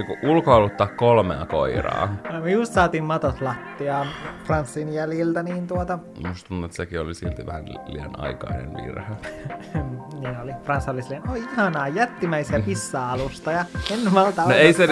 niinku ulkoiluttaa 3 koiraa. Me just saatiin matot lattiaan Franssin jäljiltä, niin Musta tuntuu, että sekin oli silti vähän liian aikainen virhe. niin oli. Frans oli silleen, oi ihanaa, jättimäisiä pissa-alustoja. En malta No ei se...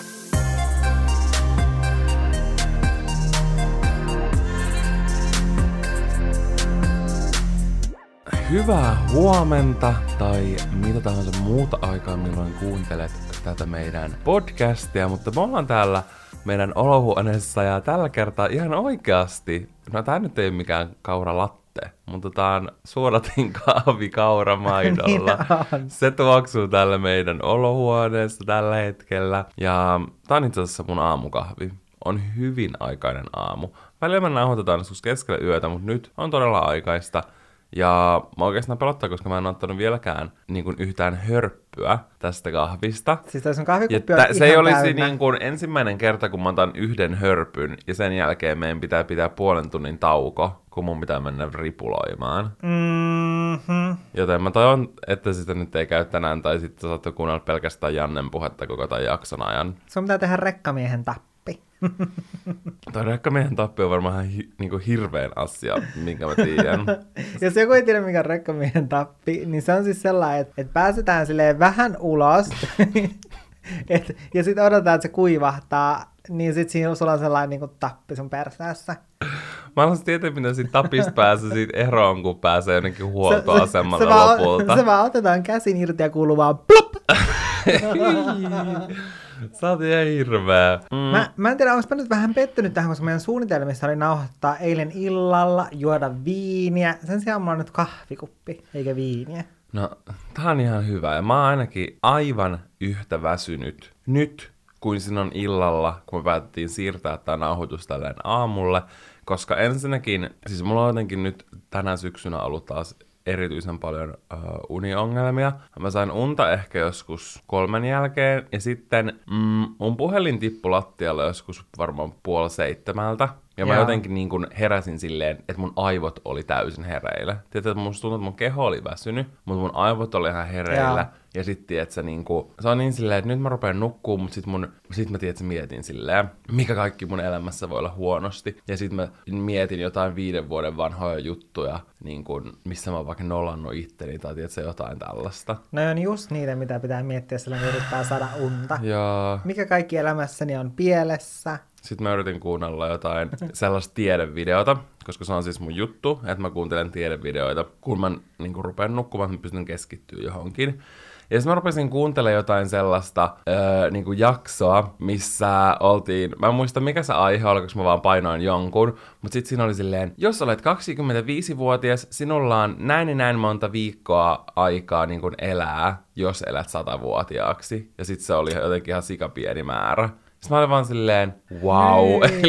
Hyvää huomenta tai mitä tahansa muuta aikaa, milloin kuuntelet tätä meidän podcastia, mutta me ollaan täällä meidän olohuoneessa ja tällä kertaa ihan oikeasti, no tää nyt ei ole mikään kauralatte, mutta tää on suodatin kahvi kauramaidolla. Se tuoksuu täällä meidän olohuoneessa tällä hetkellä ja tää on itse asiassa mun aamukahvi. On hyvin aikainen aamu. Välillä me nauhoitetaan joskus keskellä yötä, mutta nyt on todella aikaista. Ja mä oikeastaan pelottaa, koska mä en ottanut vieläkään niin kuin yhtään hörppyä tästä kahvista. Siis tässä on kahvikuppi on se ei ihan olisi täynnä. niin kuin ensimmäinen kerta, kun mä otan yhden hörpyn ja sen jälkeen meidän pitää puolen tunnin tauko, kun mun pitää mennä ripuloimaan. Mm-hmm. Joten mä toivon, että sitä nyt ei käy tänään tai sitten saatte kuunnella pelkästään Jannen puhetta koko tämän jakson ajan. Sun pitää tehdä rekkamiehen tappi. Toi rekkamiehen tappi on varmaan niinku hirveän asia, minkä mä tiedän. Jos joku ei tiedä, mikä on rekkamiehen tappi, niin se on siis sellainen, että pääsetään silleen vähän ulos, ja sitten odotetaan, että se kuivahtaa, niin sitten siinä sulla on sellainen niin kuin tappi sun perseessä. Mä haluaisin tietää, miten siitä tapista pääsee siitä eroon, kun pääsee jonnekin huoltoasemalle lopulta. Se vaan otetaan käsin irti ja kuuluu vaan plop! Sä oot ihan hirveä. Mä en tiedä, onko mä nyt vähän pettynyt tähän, koska meidän suunnitelmissa oli nauhoittaa eilen illalla, juoda viiniä. Sen sijaan mulla on nyt kahvikuppi, eikä viiniä. No, tää on ihan hyvä. Ja mä oon ainakin aivan yhtä väsynyt nyt, kuin sinun illalla, kun me päätettiin siirtää tää nauhoitus tälleen aamulle. Koska ensinnäkin, siis mulla on jotenkin nyt tänä syksynä ollut taas erityisen paljon uniongelmia. Mä sain unta ehkä joskus 3 jälkeen, ja sitten mun puhelin tippui lattialle joskus varmaan 6:30. Ja mä jotenkin niin kun heräsin silleen, että mun aivot oli täysin hereillä. Tiedätkö, että musta tuntuu, että mun keho oli väsynyt, mutta mun aivot oli ihan hereillä. Ja sitten, että se on niin silleen, että nyt mä rupean nukkuun, mutta sit mä mietin silleen, mikä kaikki mun elämässä voi olla huonosti. Ja sit mä mietin jotain 5 vuoden vanhoja juttuja, niin kun, missä mä oon vaikka nollannut itteni tai tiedätkö, jotain tällaista. No on just niitä, mitä pitää miettiä silloin, kun yrittää saada unta. Ja mikä kaikki elämässäni on pielessä. sitten mä yritin kuunnella jotain sellaista tiedevideota, koska se on siis mun juttu, että mä kuuntelen tiedevideoita, kun mä niin kun rupean nukkumaan, että mä pystyn keskittyä johonkin. Ja sitten mä rupesin kuuntelemaan jotain sellaista niin kuin jaksoa, missä oltiin, mä en muista mikä se aihe oli, koska mä vaan painoin jonkun, mutta sitten siinä oli silleen, jos olet 25-vuotias, sinulla on näin ja näin monta viikkoa aikaa niin kuin elää, jos elät 100-vuotiaaksi. Ja sitten se oli jotenkin ihan sikapieni määrä. Sitten mä olin vaan silleen, wow,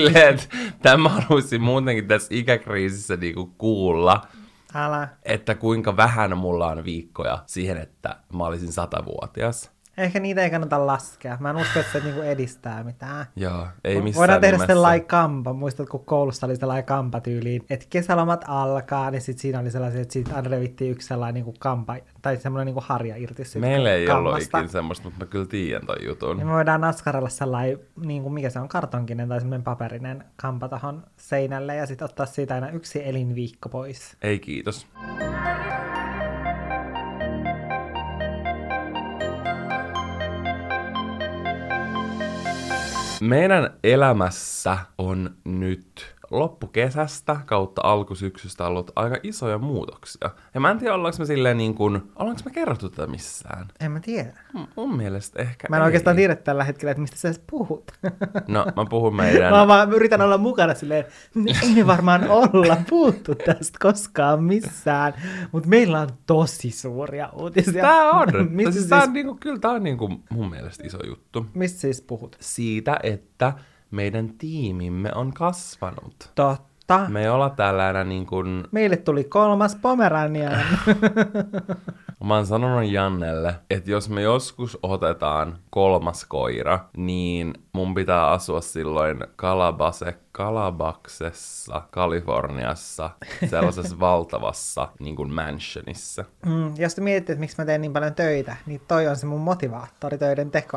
tämä haluaisin muutenkin tässä ikäkriisissä niinku kuulla. Älä. Että kuinka vähän mulla on viikkoja siihen, että mä olisin 100-vuotias. Ehkä niitä ei kannata laskea. Mä en usko, että se niinku edistää mitään. Joo, ei missään voidaan tehdä nimessä. sellainen kampa. Muistatko, kun koulussa oli sellainen kampatyyliin, että kesälomat alkaa, niin sitten siinä oli sellaisia, että siitä aina revittiin yksi sellainen niinku kampa, tai semmoinen niinku harja irti siitä Meillä ei kammasta. ollut ikin semmoista, mutta mä kyllä tiedän ton jutun. Ja me voidaan askarella sellainen, niinku, mikä se on, kartonkinen tai semmoinen paperinen kampa tohon seinälle, ja sitten ottaa siitä aina yksi elinviikko pois. Ei kiitos. Meidän elämässä on nyt loppukesästä kautta alkusyksystä ollut aika isoja muutoksia. Ja mä en tiedä, ollaanko me silleen niin kuin, ollaanko me kerrottu tätä missään? En mä tiedä. Mun mielestä ehkä Mä en oikeastaan tiedä tällä hetkellä, että mistä sä edes puhut. No, mä puhun meidän... Mä yritän olla mukana silleen, ei me varmaan olla puhuttu tästä koskaan missään, mutta meillä on tosi suuria uutisia. Tää on! Mistä siis tää on niinku, kyllä tää on niinku mun mielestä iso juttu. Mistä siis puhut? Siitä, että meidän tiimimme on kasvanut. Totta. Me ei olla täällä enää niin kuin... Meille tuli 3. Pomeranian. Mä oon sanonut Jannelle, että jos me joskus otetaan 3. koira, niin mun pitää asua silloin Calabaksessa, Kaliforniassa, sellaisessa valtavassa niin kuin mansionissa. Jos te mietitte, että miksi mä teen niin paljon töitä, niin toi on se mun motivaattori töiden tekoa.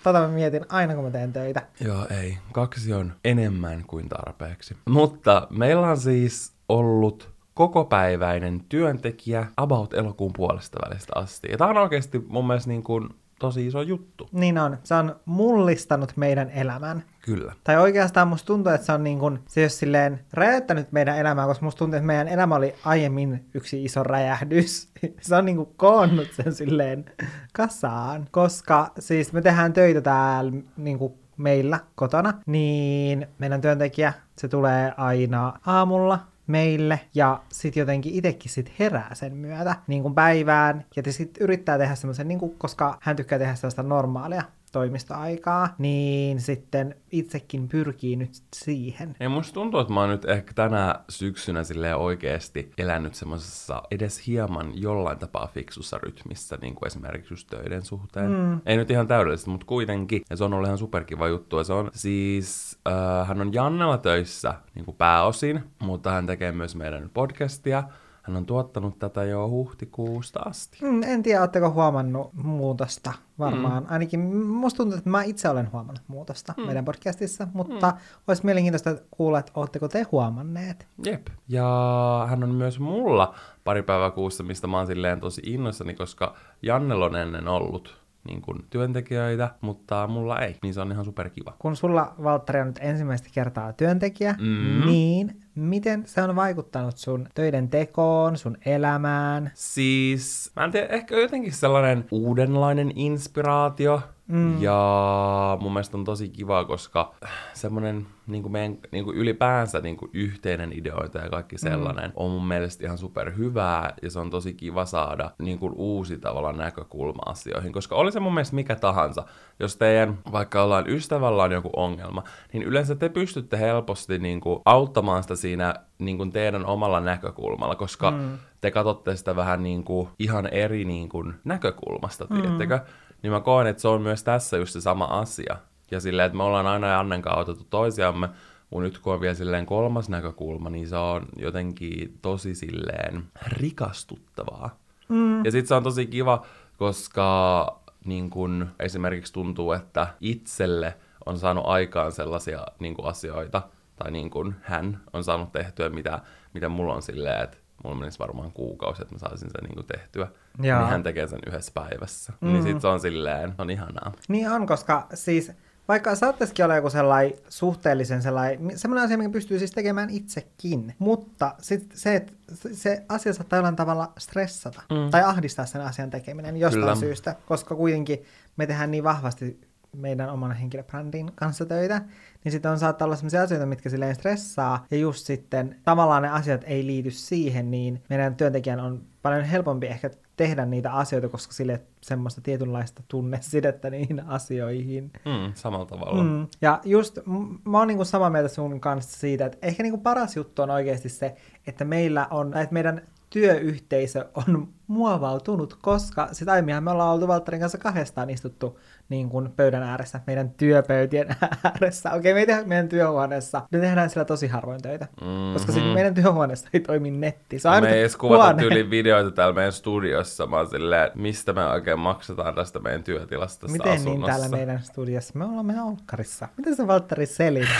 Tota mä mietin aina, kun mä teen töitä. Joo, ei. 2 on enemmän kuin tarpeeksi. Mutta meillä on siis ollut kokopäiväinen työntekijä about elokuun puolesta välistä asti. Ja tää on oikeasti mun mielestä niin kuin tosi iso juttu. Niin on. Se on mullistanut meidän elämän. Kyllä. Tai oikeastaan musta tuntuu, että se on niin kuin, se ei ole silleen räjäyttänyt meidän elämää, koska musta tuntuu, että meidän elämä oli aiemmin yksi iso räjähdys. Se on niin kuin koonnut sen silleen kasaan. Koska siis me tehdään töitä täällä niin kuin meillä kotona, niin meidän työntekijä, se tulee aina aamulla meille, ja sit jotenkin itekin sit herää sen myötä niin kuin päivään, ja sit yrittää tehdä semmoisen, niin kuin, koska hän tykkää tehdä sellaista normaalia toimistoaikaa, niin sitten itsekin pyrkii nyt siihen. Ja musta tuntuu, että mä oon nyt ehkä tänä syksynä silleen oikeesti elänyt semmosessa edes hieman jollain tapaa fiksussa rytmissä, niin kuin esimerkiksi just töiden suhteen. Ei nyt ihan täydellisesti, mutta kuitenkin. Ja se on ollut ihan superkiva juttu. Ja se on siis, hän on Jannella töissä niin kuin pääosin, mutta hän tekee myös meidän podcastia. Hän on tuottanut tätä jo huhtikuusta asti. En tiedä, ootteko huomannut muutosta varmaan. Ainakin musta tuntuu, että mä itse olen huomannut muutosta meidän podcastissa, mutta olisi mielenkiintoista kuulla, että ootteko te huomanneet. Jep. Ja hän on myös mulla pari päivää kuussa, mistä mä oon silleen tosi innoissani, koska Jannella on ennen ollut niin kuin työntekijöitä, mutta mulla ei. Niin se on ihan superkiva. Kun sulla, Valtteri, on nyt ensimmäistä kertaa työntekijä, niin miten se on vaikuttanut sun töiden tekoon, sun elämään? Siis, mä en tiedä, ehkä jotenkin sellainen uudenlainen inspiraatio. Ja mun mielestä on tosi kiva, koska semmoinen niin kuin meidän niin kuin ylipäänsä niin kuin yhteinen ideointi ja kaikki sellainen on mun mielestä ihan superhyvää, ja se on tosi kiva saada niin kuin uusi tavallaan näkökulma asioihin, koska oli se mun mielestä mikä tahansa, jos teidän vaikka ollaan ystävällä on joku ongelma, niin yleensä te pystytte helposti niin kuin auttamaan sitä siinä niin kuin teidän omalla näkökulmalla, koska te katsotte sitä vähän niin kuin ihan eri niin kuin näkökulmasta, tiedättekö? Niin mä koen, että se on myös tässä just se sama asia. Ja silleen, että me ollaan aina Jannen kanssa otettu toisiamme, mutta nyt kun on vielä silleen 3. näkökulma, niin se on jotenkin tosi silleen rikastuttavaa. Ja sit se on tosi kiva, koska niin kun esimerkiksi tuntuu, että itselle on saanut aikaan sellaisia niin kun asioita, tai niin kun hän on saanut tehtyä, mitä mulla on silleen, että mulla menisi varmaan kuukausi, että mä saisin sen niin tehtyä. Niin hän tekee sen 1 päivässä. Niin sit se on silleen, on ihanaa. Niin on, koska siis vaikka saattaisikin olla joku sellainen suhteellisen semmoinen asia, mikä pystyy siis tekemään itsekin, mutta sit se, että se asia saattaa jollain tavalla stressata tai ahdistaa sen asian tekeminen jostain syystä, koska kuitenkin me tehdään niin vahvasti meidän oman henkilöbrändin kanssa töitä, niin sitten saattaa olla sellaisia asioita, mitkä silleen stressaa, ja just sitten tavallaan ne asiat ei liity siihen, niin meidän työntekijän on paljon helpompi ehkä tehdä niitä asioita, koska sille semmoista tietynlaista tunnesidettä niihin asioihin. Samalla tavalla. Ja just, mä oon niinku samaa mieltä sun kanssa siitä, että ehkä niinku paras juttu on oikeasti se, että meidän työyhteisö on muovautunut, koska sitä aiemminhan me ollaan oltu Valtterin kanssa 2 istuttu niin kuin pöydän ääressä, meidän työpöytien ääressä. Okei, me ei tehdä meidän työhuoneessa, me tehdään siellä tosi harvoin töitä, koska sitten meidän työhuoneessa ei toimi netti. Se on me ei edes kuvata tyyliin videoita täällä meidän studiossa, mä oon silleen, mistä me oikein maksetaan tästä meidän työtilasta tässä miten asunnossa. Niin täällä meidän studiossa? Me ollaan meidän olkkarissa. Miten sä, Valtteri, selität?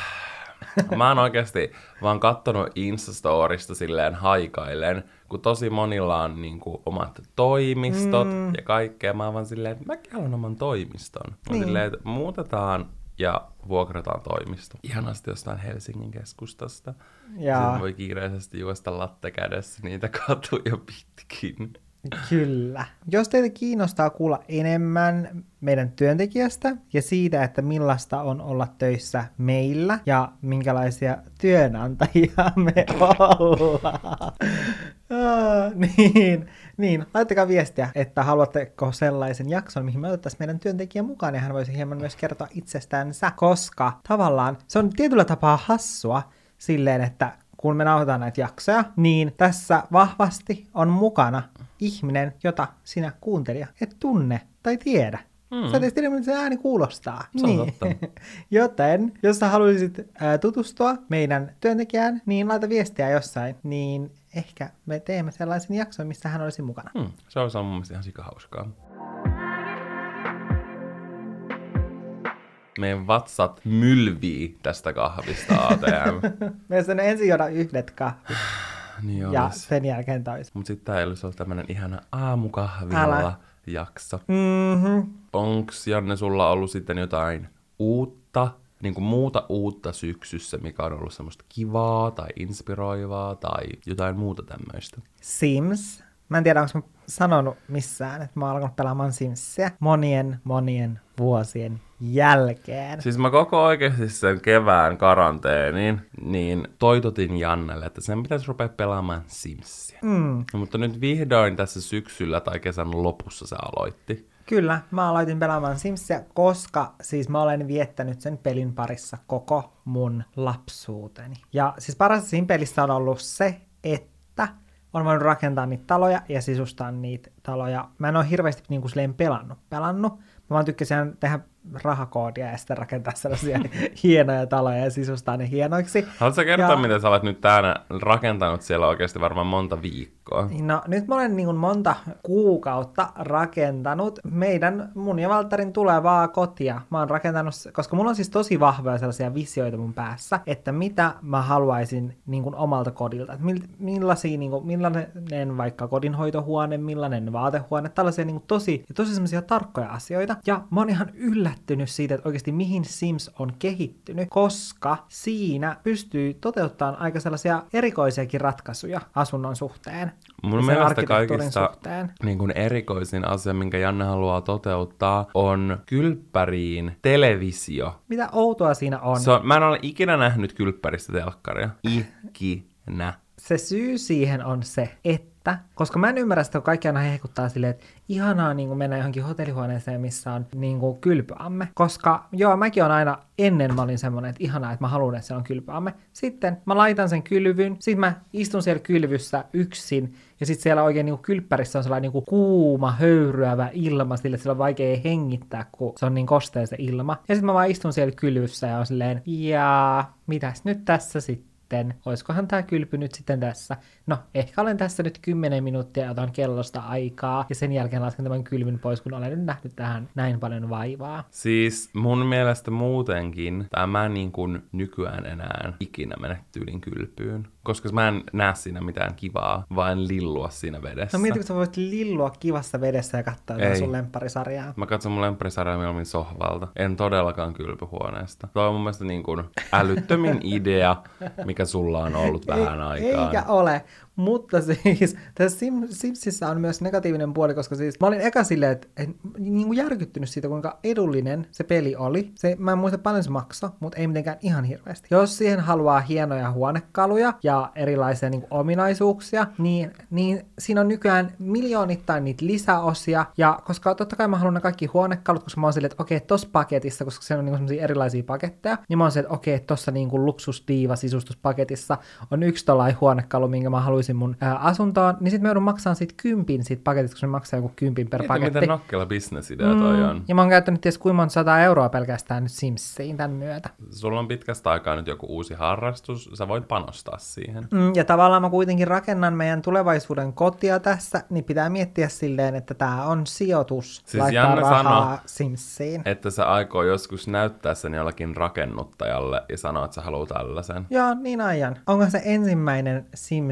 Mä oon oikeasti vaan kattonut Instastorista silleen haikailen, kun tosi monilla on niinku omat toimistot ja kaikkea. Mä oon vaan silleen, että mäkin haluan oman toimiston. Niin. Silleen, että muutetaan ja vuokrataan toimisto. Ihanasti jostain Helsingin keskustasta. Sitten voi kiireisesti juosta latte kädessä niitä katuja pitkin. Kyllä. Jos teitä kiinnostaa kuulla enemmän meidän työntekijästä ja siitä, että millaista on olla töissä meillä ja minkälaisia työnantajia me ollaan, niin, laittakaa viestiä, että haluatteko sellaisen jakson, mihin me otettaisiin meidän työntekijä mukaan, ja hän voisi hieman myös kertoa itsestänsä, koska tavallaan se on tietyllä tapaa hassua silleen, että kun me nauhoitetaan näitä jaksoja, niin tässä vahvasti on mukana ihminen, jota sinä kuuntelija et tunne tai tiedä. Sä et edes tiedä, miltä se ääni kuulostaa. Se on totta. Joten, jos sä haluaisit tutustua meidän työntekijään, niin laita viestiä jossain, niin ehkä me teemme sellaisen jakson, missä hän olisi mukana. Se olisi mun mielestä ihan sikahauskaa. Meidän vatsat mylvii tästä kahvista ATM. Mielestäni ensin juoda yhdet kahvit Niin ja olis. sen jälkeen toiset. Mut sit tää ei olisi ollut tämmönen ihana aamukahvilla jakso. Mm-hmm. Onks, Janne, sulla ollut sitten jotain uutta, niinku muuta uutta syksyssä, mikä on ollut semmoista kivaa tai inspiroivaa tai jotain muuta tämmöistä? Sims. Mä en tiedä, onko mä sanonut missään, että mä oon alkanut pelaamaan Simsia monien vuosien jälkeen. Siis mä koko oikeasti sen kevään karanteenin, niin toitotin Jannelle, että sen pitäisi rupea pelaamaan Simsia. No, mutta nyt vihdoin tässä syksyllä tai kesän lopussa se aloitti. Kyllä, mä aloitin pelaamaan Simsia, koska siis mä olen viettänyt sen pelin parissa koko mun lapsuuteni. Ja siis parasta siinä pelissä on ollut se, että on voinut rakentaa niitä taloja ja sisustaa niitä taloja. Mä en ole hirveästi niin kuin silleen pelannut. Mä vaan tykkäsin tehdä rahakoodia ja sitten rakentaa sellaisia hienoja taloja ja sisustaa ne hienoiksi. Haluatko kertoa, miten sä olet nyt täällä rakentanut siellä oikeasti varmaan monta viikkoa? No nyt mä olen niin kuin monta kuukautta rakentanut mun ja Valtterin tulevaa kotia. Mä oon rakentanut, koska mulla on siis tosi vahvoja sellaisia visioita mun päässä, että mitä mä haluaisin niin kuin omalta kodilta. Millainen vaikka kodinhoitohuone, millainen vaatehuone, tällaisia niin kuin tosi semmoisia tarkkoja asioita. Ja mä oon ihan yllättynyt siitä, että oikeasti mihin Sims on kehittynyt, koska siinä pystyy toteuttamaan aika sellaisia erikoisiakin ratkaisuja asunnon suhteen. Mun mielestä kaikista niin kuin erikoisin asia, minkä Janne haluaa toteuttaa, on kylppäriin televisio. Mitä outoa siinä on? Mä en ole ikinä nähnyt kylppäristä telkkaria. Ikinä. Se syy siihen on se, että koska mä en ymmärrä sitä, kun kaikki aina hehkuttaa silleen, että ihanaa niin mennä johonkin hotellihuoneeseen, missä on niin kuin kylpyamme. Koska joo, mäkin on aina ennen mä olin semmonen, että ihanaa, että mä haluan, että se on kylpyamme. Sitten mä laitan sen kylvyn, sitten mä istun siellä kylvyssä yksin, ja sitten siellä oikein niin kuin kylppärissä on sellainen niin kuin kuuma, höyryävä ilma, sille että siellä on vaikea hengittää, kun se on niin kostea se ilma. Ja sitten mä vaan istun siellä kylvyssä ja on silleen, jaa, mitäs nyt tässä sitten? Oiskohan tää kylpy nyt sitten tässä? No, ehkä olen tässä nyt 10 minuuttia ja otan kellosta aikaa, ja sen jälkeen lasken tämän kylvyn pois, kun olen nyt nähnyt tähän näin paljon vaivaa. Siis mun mielestä muutenkin tämä niin kuin nykyään enää ikinä mene tyylin kylpyyn, koska mä en näe siinä mitään kivaa, vaan lillua siinä vedessä. No mietitkö, sä voit lillua kivassa vedessä ja katsoa sun lempparisarjaa? Mä katson mun lempparisarjaa mieluummin sohvalta. En todellakaan kylpyhuoneesta. Toi on mun mielestä niin kuin älyttömin idea, mikä sulla on ollut vähän aikaa. Eikä ole. Mutta siis tässä Simsissä on myös negatiivinen puoli, koska siis mä olin eka silleen, että niin kuin järkyttynyt siitä, kuinka edullinen se peli oli. Mä en muista paljon se maksoi, mutta ei mitenkään ihan hirveästi. Jos siihen haluaa hienoja huonekaluja ja erilaisia niin kuin ominaisuuksia, niin siinä on nykyään miljoonittain niitä lisäosia. Ja koska totta kai mä haluan ne kaikki huonekalut, koska mä oon silleen, että okei, tossa paketissa, koska se on niin kuin sellaisia erilaisia paketteja, niin mä oon silleen, että okei, tossa niin kuin luksusdiiva-sisustuspaketissa on yksi tollainen huonekalu, minkä mä haluaisin mun asuntoon, niin sit mä joudun maksamaan siitä 10 siitä paketista, koska se maksaa joku 10 per paketti. Miten nokkela bisnesidea toi on. Ja mä oon käyttänyt ties kuinka monta 100 euroa pelkästään nyt Simsiin tämän myötä. Sulla on pitkästä aikaa nyt joku uusi harrastus, sä voit panostaa siihen. Ja tavallaan mä kuitenkin rakennan meidän tulevaisuuden kotia tässä, niin pitää miettiä silleen, että tää on sijoitus, siis laittaa Janne rahaa Simsiin. Että sä aikoo joskus näyttää sen jollakin rakennuttajalle ja sanoa, että sä haluat tällaisen. Joo, niin ajan. Onko se ensimmäinen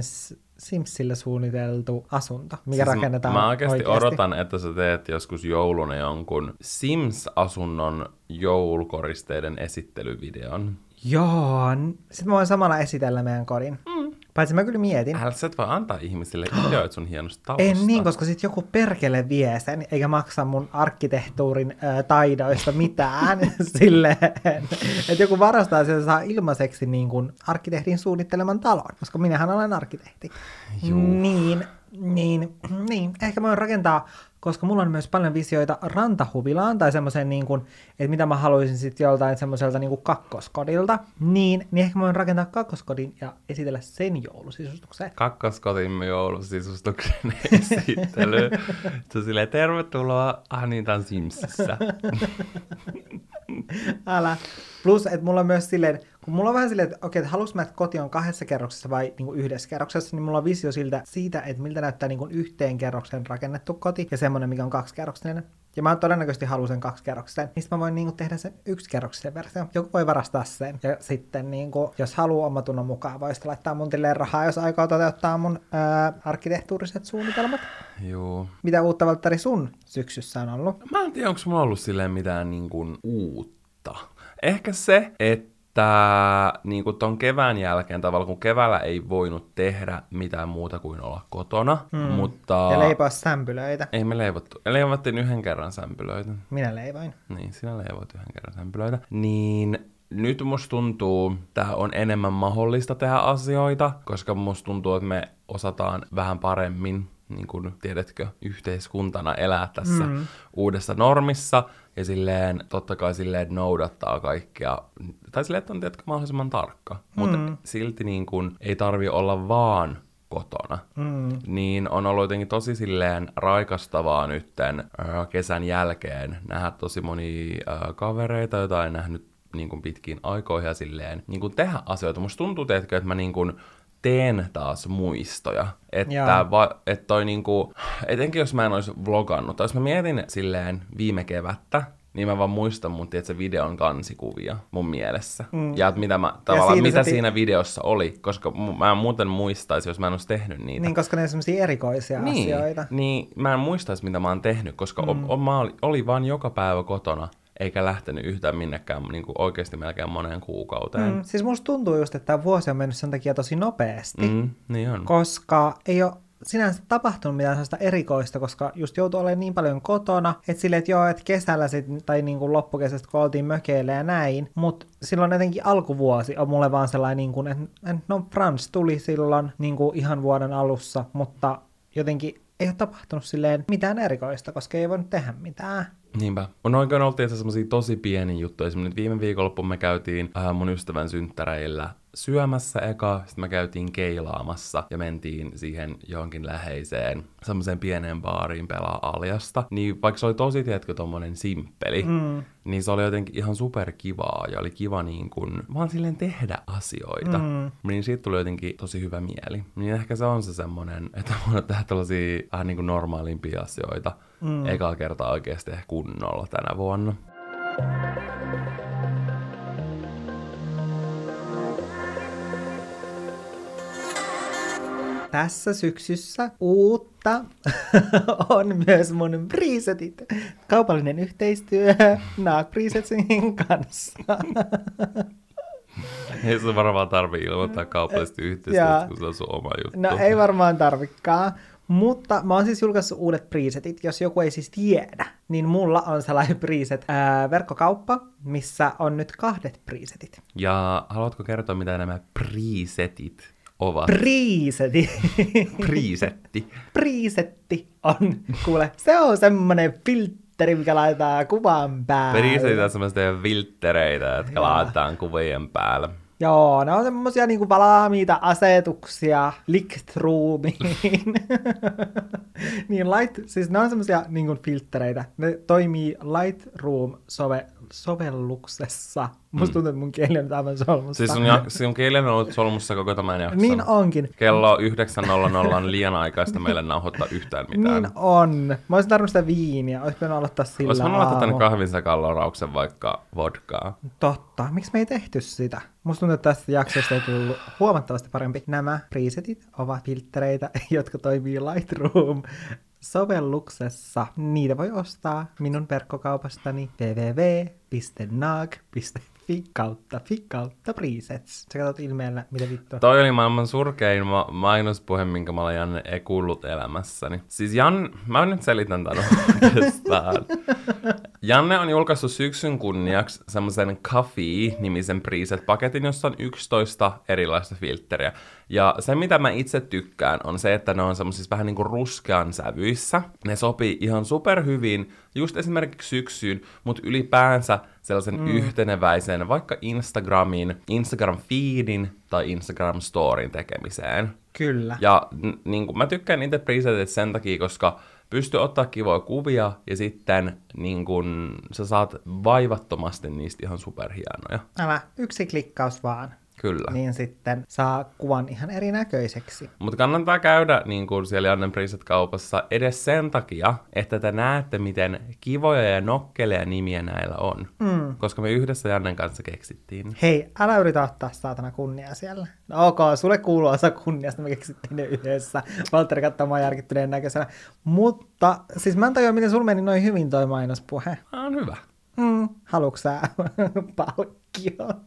Simsillä suunniteltu asunto, mikä siis rakennetaan mä oikeasti odotan, että sä teet joskus jouluna jonkun Sims-asunnon joulukoristeiden esittelyvideon. Joo, sitten mä voin samalla esitellä meidän kodin. Paitsi mä kyllä mietin. Sä et voi antaa ihmisille ideoita sun hienosta talosta. En niin, koska sit joku perkele vie sen, eikä maksa mun arkkitehtuurin taidoista mitään silleen, että joku varastaa sen saa ilmaiseksi niin kuin arkkitehdin suunnitteleman talon, koska minähän olen arkkitehti. Niin, ehkä mä voin rakentaa, koska mulla on myös paljon visioita rantahuvilaan tai semmoisen niin kuin, että mitä mä haluaisin sitten joltain semmoiselta niin kuin kakkoskodilta, niin ehkä mä voin rakentaa kakkoskodin ja esitellä sen joulusisustuksen. Kakkoskotimme joulusisustuksen esittely. Se on silleen, tervetuloa Anitan Simsissä. Älä. Plus, että mulla on myös silleen, kun mulla on vähän silleen, että okei, että haluaisin mä, että koti on 2 kerroksessa vai niin kuin 1 kerroksessa, niin mulla on visio siitä, että miltä näyttää niin kuin 1 kerroksen rakennettu koti ja semmoinen, mikä on 2-kerroksinen. Ja mä todennäköisesti haluan sen 2-kerroksisen, mistä mä voin niin kuin tehdä sen 1-kerroksisen versio. Joku voi varastaa sen. Ja sitten, niin kuin, jos haluaa omatunnon mukaan, voi sitten laittaa mun tilleen rahaa, jos aikoo toteuttaa mun arkkitehtuuriset suunnitelmat. Joo. Mitä uutta, Valtteri, sun syksyssä on ollut? Mä en tiedä, onko mulla ollut silleen mitään niin kuin uutta. Ehkä se, että niin kuin ton kevään jälkeen tavallaan, kun keväällä ei voinut tehdä mitään muuta kuin olla kotona, mutta... Ja leipoa sämpylöitä. Ei me leivottu. Leivottiin 1 kerran sämpylöitä. Minä leivoin. Niin, sinä leivoit 1 kerran sämpylöitä. Niin nyt musta tuntuu, että on enemmän mahdollista tehdä asioita, koska musta tuntuu, että me osataan vähän paremmin, niin kuin tiedätkö, yhteiskuntana elää tässä uudessa normissa. Ja silleen, totta kai silleen noudattaa kaikkea, tai silleen, että on tiedätkö, mahdollisimman tarkka. Mutta silti niin kuin ei tarvi olla vaan kotona. Niin on ollut jotenkin tosi silleen raikastavaa nytten kesän jälkeen nähdä tosi monia kavereita, joita en nähnyt niin kuin pitkiin aikoihin ja silleen niin kuin tehdä asioita. Musta tuntuu, tiedätkö, että mä niin kuin teen taas muistoja. Että toi niinku, etenkin jos mä en olisi vlogannut, tai jos mä mietin silleen viime kevättä, niin mä vaan muistan mun, tiedätkö, videon kansikuvia mun mielessä. Ja että mitä siinä videossa oli, koska mä en muuten muistaisi, jos mä en olisi tehnyt niitä. Niin, koska ne on semmosia erikoisia asioita. Niin, mä en muistaisi, mitä mä oon tehnyt, koska mä oli vaan joka päivä kotona. Eikä lähtenyt yhtään minnekään niin kuin oikeasti melkein moneen kuukauteen. Siis musta tuntuu just, että tämä vuosi on mennyt sen takia tosi nopeasti. Niin on. Koska ei ole sinänsä tapahtunut mitään sellaista erikoista, koska just joutuu olemaan niin paljon kotona, että silleen, että joo, että kesällä sit, tai niin kuin loppukesästä, kun oltiin mökeillä ja näin, mutta silloin jotenkin alkuvuosi on mulle vaan sellainen, niin kuin, että no Frans tuli silloin niin kuin ihan vuoden alussa, mutta jotenkin ei ole tapahtunut silleen mitään erikoista, koska ei voinut tehdä mitään. Niinpä. On oikein ollut semmosia tosi pieniä juttuja. Esimerkiksi viime viikonloppuun me käytiin mun ystävän synttäreillä syömässä eka, sitten me käytiin keilaamassa ja mentiin siihen johonkin läheiseen semmoiseen pieneen baariin pelaa Aljasta. Niin vaikka se oli tosi, tiedätkö, tommonen simppeli, niin se oli jotenkin ihan superkivaa ja oli kiva niin kuin vaan silleen tehdä asioita. Niin siitä tuli jotenkin tosi hyvä mieli. Niin ehkä se on se semmonen, että voin tehdä tällaisia vähän niin kuin normaalimpia asioita. Eka kertaa oikeasti ehkä kunnolla tänä vuonna. Tässä syksyssä uutta on myös mun presetit. Kaupallinen yhteistyö Naag Presetsin kanssa. Ei se varmaan tarvitse ilmoittaa kaupallisesti yhteistyötä, kun se on sun oma juttu. No ei varmaan tarvikaan. Mutta mä oon siis julkaissut uudet presetit. Jos joku ei siis tiedä, niin mulla on sellainen preset verkkokauppa, missä on nyt 2 presetit. Ja haluatko kertoa, mitä nämä presetit ovat? Presetti on, kuule, se on semmonen filtteri, mikä laitetaan kuvan päälle. Presetit on semmoisia filttereitä, jotka laitetaan kuvien päälle. Joo, ne on semmosia niinku valmiita asetuksia Lightroomiin. Niin siis ne on semmosia niinku filttereitä. Ne toimii Lightroom-sovelluksessa. Musta tuntuu, että mun kieli on nyt aivan solmussa. Siis sun kieli on ollut solmussa koko tämän jakson. Niin onkin. Kello 9.00 on liian aikaista meille nauhoittaa yhtään mitään. Niin on. Mä olisin tarvinnut sitä viiniä. Olis pitänyt aloittaa sillä Olis mä aloittaa tänne kahvinsakallorauksen vaikka vodkaa. Totta. Miksi me ei tehty sitä? Musta tuntuu, että tästä jaksosta ei tullut huomattavasti parempi. Nämä presetit ovat filttereitä, jotka toimii Lightroom-sovelluksessa. Niitä voi ostaa minun verkkokaupastani www.naag.fi/presets. Sä katsot ilmeellä, mitä vittua. Toi oli maailman surkein mainospuhe, minkä mä olen Janne ei kuullut elämässäni. Siis mä nyt selitän tän oikeastaan. Janne on julkaissut syksyn kunniaksi semmoisen Coffee-nimisen preset-paketin, jossa on 11 erilaista filtteriä. Ja se, mitä mä itse tykkään, on se, että ne on semmoisissa vähän niin kuin ruskean sävyissä. Ne sopii ihan superhyvin just esimerkiksi syksyyn, mutta ylipäänsä sellaisen yhteneväisen vaikka Instagram-feedin tai Instagram-storin tekemiseen. Kyllä. Ja niin kuin mä tykkään itse presetit sen takia, koska pystyy ottaa kivoja kuvia ja sitten niin kun, sä saat vaivattomasti niistä ihan superhienoja. Älä, yksi klikkaus vaan. Kyllä. Niin sitten saa kuvan ihan erinäköiseksi. Mutta kannattaa käydä niin kuin siellä Jannen Preset-kaupassa edes sen takia, että te näette, miten kivoja ja nokkeleja nimiä näillä on. Koska me yhdessä Jannen kanssa keksittiin. Hei, älä yritä ottaa saatana kunniaa siellä. No ok, sulle kuuluu osa kunniasta, me keksittiin ne yhdessä. Valtteri katsoo mua järkyttyneen näköisenä. Mutta siis mä en tajua, miten sulla meni noin hyvin toi mainospuhe. On hyvä. Haluatko sä palkkion?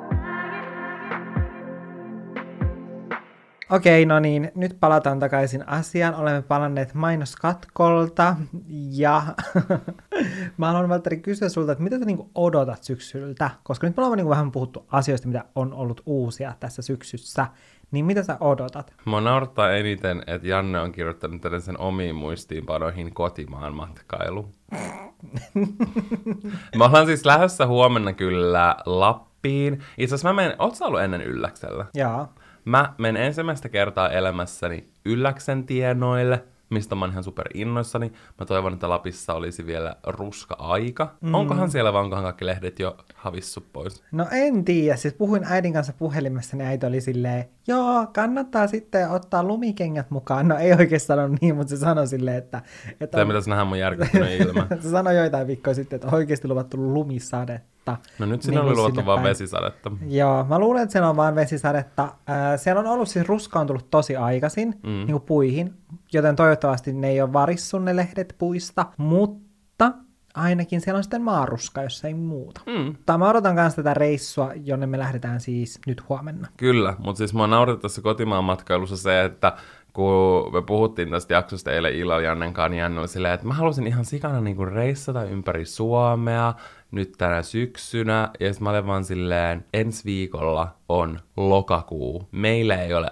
Okei, no niin, nyt palataan takaisin asiaan. Olemme palanneet mainoskatkolta ja mä haluan Valtteri kysyä sulta, että mitä sä niinku odotat syksyltä? Koska nyt me ollaan niinku vähän puhuttu asioista, mitä on ollut uusia tässä syksyssä. Niin mitä sä odotat? Mua naurattaa eniten, että Janne on kirjoittanut tänne sen omiin muistiinpanoihin kotimaan matkailu. Me ollaan siis lähdössä huomenna kyllä Lappiin. Itse asiassa oot sä ollut ennen Ylläksellä? Jaa. Mä menen ensimmäistä kertaa elämässäni Ylläksen tienoille, mistä mä oon ihan super innoissani. Mä toivon, että Lapissa olisi vielä ruska-aika. Onkohan siellä vai onkohan kaikki lehdet jo havissu pois? No en tiedä. Siis puhuin äidin kanssa puhelimessa, niin äiti oli silleen, joo, kannattaa sitten ottaa lumikengät mukaan. No ei oikein sanonut niin, mutta se sanoi silleen, että se pitäisi nähdä mun järkyttyneen ilme. Se sanoi joitain viikkoja sitten, että oikeasti luvattu lumisadetta. No nyt siinä oli luvattu vaan vesisadetta. Joo, mä luulen, että siellä on vaan vesisadetta. Siellä on ollut siis ruska on tullut tosi aikaisin, niin kuin puihin, joten toivottavasti ne ei ole varissu ne lehdet puista, mutta ainakin siellä on sitten maaruska, jos ei muuta. Mä odotan myös tätä reissua, jonne me lähdetään siis nyt huomenna. Kyllä, mutta siis mua nauratti tässä kotimaan matkailussa se, että kun me puhuttiin tästä jaksosta eilen illalla Jannen kanssa, niin Janne oli silleen, että mä halusin ihan sikana niinku reissata ympäri Suomea nyt tänä syksynä. Ja sitten mä olin vaan silleen, ensi viikolla on lokakuu. Meillä ei ole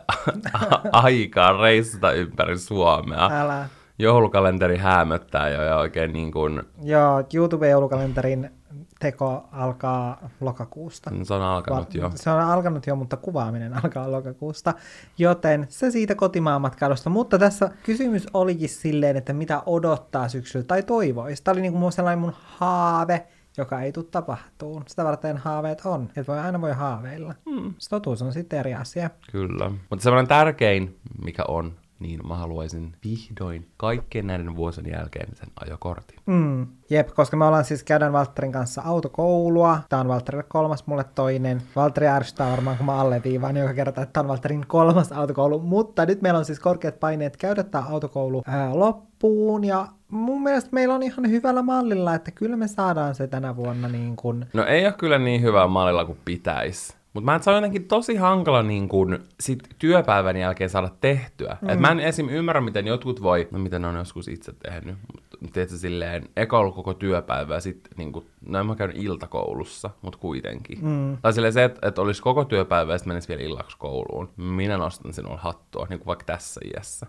aikaa reissata ympäri Suomea. Älä. Joulukalenteri häämöttää jo ja oikein niin kuin... Joo, YouTube-joulukalenterin teko alkaa lokakuusta. Se on alkanut jo. Se on alkanut jo, mutta kuvaaminen alkaa lokakuusta. Joten se siitä kotimaan matkailusta. Mutta tässä kysymys olikin silleen, että mitä odottaa syksyllä tai toivoisi. Tämä oli niin kuin sellainen mun haave, joka ei tule tapahtuun. Sitä varten haaveet on. Että aina voi haaveilla. Se totuus on sitten eri asia. Kyllä. Mutta semmoinen tärkein, mikä on, niin mä haluaisin vihdoin kaikkien näiden vuosien jälkeen sen ajokortin. Jep, koska me ollaan siis käydään Valtterin kanssa autokoulua. Tää on Valtterille 3, mulle toinen. Valtteri ärsyttää varmaan, kun mä alleviivaan joka kerta, että tää on Valtterin 3 autokoulu. Mutta nyt meillä on siis korkeat paineet käydä tää autokoulu loppuun. Ja mun mielestä meillä on ihan hyvällä mallilla, että kyllä me saadaan se tänä vuonna niin kuin... No ei ole kyllä niin hyvää mallilla kuin pitäisi. Mutta mä en saa jotenkin tosi hankala niin kun sit työpäivän jälkeen saada tehtyä. Et mä en esim. Ymmärrä, miten jotkut voi, no miten ne on joskus itse tehnyt, mutta tiedätkö silleen, eka ollut koko työpäivä ja sitten niin kun, no en mä käynyt iltakoulussa, mutta kuitenkin. Tai silleen se, että olisi koko työpäivä ja sitten menisi vielä illaksi kouluun. Minä nostan sinulle hattua, niin kuin vaikka tässä iässä.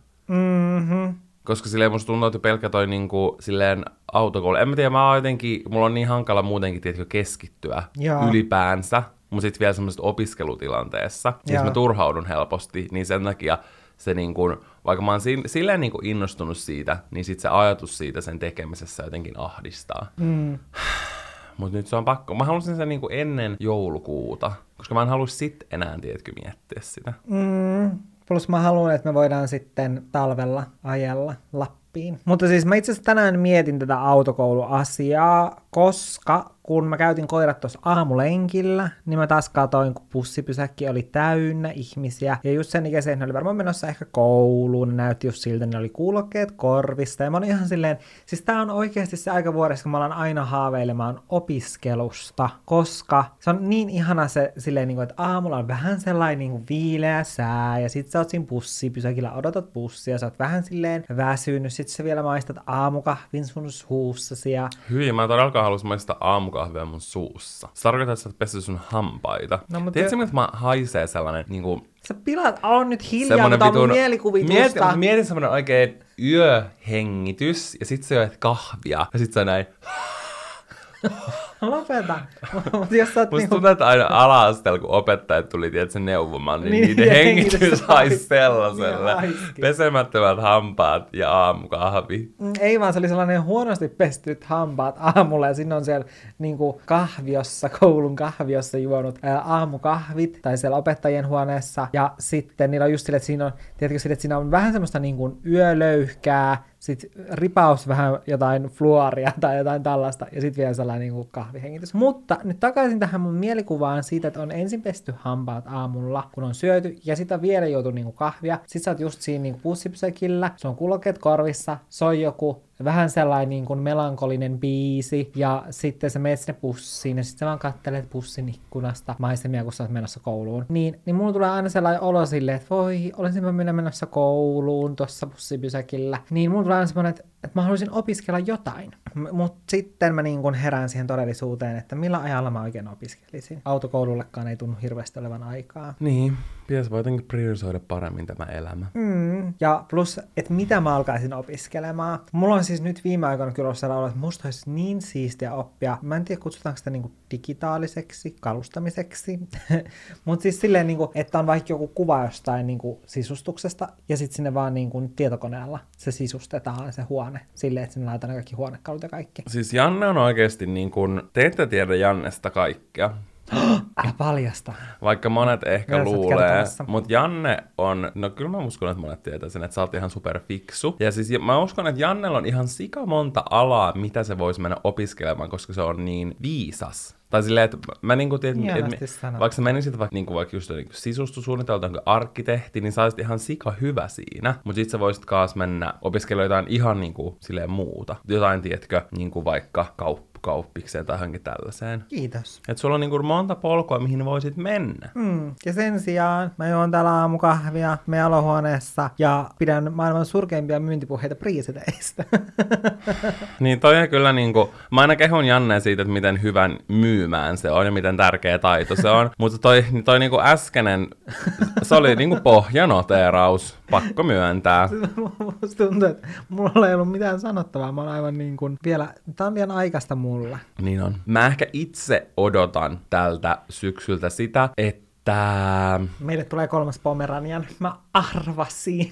Koska silleen musta tuntuu, että pelkkä toi niinku silleen autokoulu. En mä tiedä, mä oon jotenkin, mulla on niin hankala muutenkin tiedätkö, keskittyä ylipäänsä. Mutta sitten vielä semmoisessa opiskelutilanteessa, siis mä turhaudun helposti, niin sen takia se niinku, vaikka mä oon silleen niinku innostunut siitä, niin sit se ajatus siitä sen tekemisessä jotenkin ahdistaa. Mutta nyt se on pakko. Mä halusin sen niinku ennen joulukuuta, koska mä en halua sit enää, tiedätkö, miettiä sitä. Plus mä haluan, että me voidaan sitten talvella ajella Lappiin. Mutta siis mä itse asiassa tänään mietin tätä autokouluasiaa, koska kun mä käytin koirat tuossa aamulenkillä, niin mä taas katoin, kun bussipysäkki oli täynnä ihmisiä. Ja just sen ikäisen, ne oli varmaan menossa ehkä kouluun, ne näytti just siltä, ne oli kuulokkeet korvista. Ja mä olin ihan silleen, siis tää on oikeasti se aika vuodessa, kun mä alan aina haaveilemaan opiskelusta, koska se on niin ihana se silleen, että aamulla on vähän sellainen niin kuin viileä sää, ja sit sä oot siinä bussipysäkillä, odotat bussia, sä oot vähän silleen väsynyt, sit sä vielä maistat aamukahvin sun suussasi. Ja... Hyi, mä todellakaan haluaisin maistaa aamukahvia mun suussa. Se tarkoittaa, että sä oot pessyt sun hampaita. No, tiedätkö, miltä mä haisee sellainen niinku... Sä pilat, on nyt hiljaa, mutta on mun mielikuvitusta. Mietin semmonen oikein yöhengitys, ja sit sä joet kahvia, ja sit sä näin... Lopeta. Mut jos sä oot Musta tuntuu, että aina ala-asteella, kun opettajat tuli tietysti neuvomaan, niin niiden hengitys haisi sellaiselle. Pesemättömät hampaat ja aamukahvi. Ei vaan, se oli sellainen huonosti pestyt hampaat aamulla ja sinne on siellä niinku kahviossa, koulun kahviossa juonut aamukahvit tai siellä opettajien huoneessa. Ja sitten niillä on just sille, että siinä on, tiedätkö, sille, että siinä on vähän semmoista niinku yölöyhkää, sitten ripaus vähän jotain fluoria tai jotain tällaista, ja sitten vielä sellainen niin kuin kahvihengitys. Mutta nyt takaisin tähän mun mielikuvaan siitä, että on ensin pesty hampaat aamulla, kun on syöty, ja sitten vielä joutu niin kuin kahvia. Sitten sä oot just siinä niin kuin pussipysäkillä, se on kuulokkeet korvissa, soi joku vähän sellainen niin kuin melankolinen biisi, ja sitten sä menet sinne pussiin, ja sitten sä vaan kattelet pussin ikkunasta maisemia, kun sä oot menossa kouluun. Niin mulla tulee aina sellainen olo silleen, että voi, olisinpä minä menossa kouluun tuossa bussipysäkillä. Niin mulla tulee aina semmoinen, että mä haluaisin opiskella jotain. Mutta sitten mä niin kuin herään siihen todellisuuteen, että millä ajalla mä oikein opiskelisin. Autokoulullekaan ei tunnu hirveästi olevan aikaa. Niin, pitäisi voi jotenkin priorisoida paremmin tämä elämä. Ja plus, että mitä mä alkaisin opiskelemaan. Mulla on siis nyt viime aikoina kyllä ollut sellainen olo, että musta olisi niin siistiä oppia. Mä en tiedä, kutsutaanko sitä niinku digitaaliseksi, kalustamiseksi. Mutta siis silleen, niinku, että on vaikka joku kuva jostain niinku sisustuksesta, ja sitten sinne vaan niinku tietokoneella se sisustetaan se huone. Silleen, että sinne laitetaan kaikki huonekalut ja kaikki. Siis Janne on oikeasti niin kuin, te ette tiedä Jannesta kaikkea. Älä paljasta. Vaikka monet ehkä luulee, mutta Janne on, no kyllä mä uskon, että monet tietää sen, että sä oot ihan superfiksu. Ja siis mä uskon, että Jannella on ihan sika monta alaa, mitä se voisi mennä opiskelemaan, koska se on niin viisas. Tai silleen, että mä niinku tiedän, vaikka sä menisit vaikka just niinku sisustussuunnitelma tai arkkitehti, niin sä olisit ihan sika hyvä siinä. Mutta sit sä voisit kaas mennä opiskelemaan jotain ihan niinku silleen muuta. Jotain, tiedätkö, niinku vaikka kauppikseen tai johonkin tällaiseen. Kiitos. Että sulla on niinku monta polkua, mihin voisit mennä. Ja sen sijaan mä juon täällä aamukahvia meidän olohuoneessa ja pidän maailman surkeimpia myyntipuheita Priiseteistä. Niin toi on kyllä niinku, mä aina kehun Janneen siitä, että miten hyvän myymään se on ja miten tärkeä taito se on. Mutta toi niinku äskeinen, se oli niinku pohjanoteeraus, pakko myöntää. Musta tuntuu, että mulla ei ollut mitään sanottavaa. Mä oon aivan niin kuin vielä, tää on liian aikaista mulle. Niin on. Mä ehkä itse odotan tältä syksyltä sitä, että meille tulee 3. Pomeranian. Mä arvasin.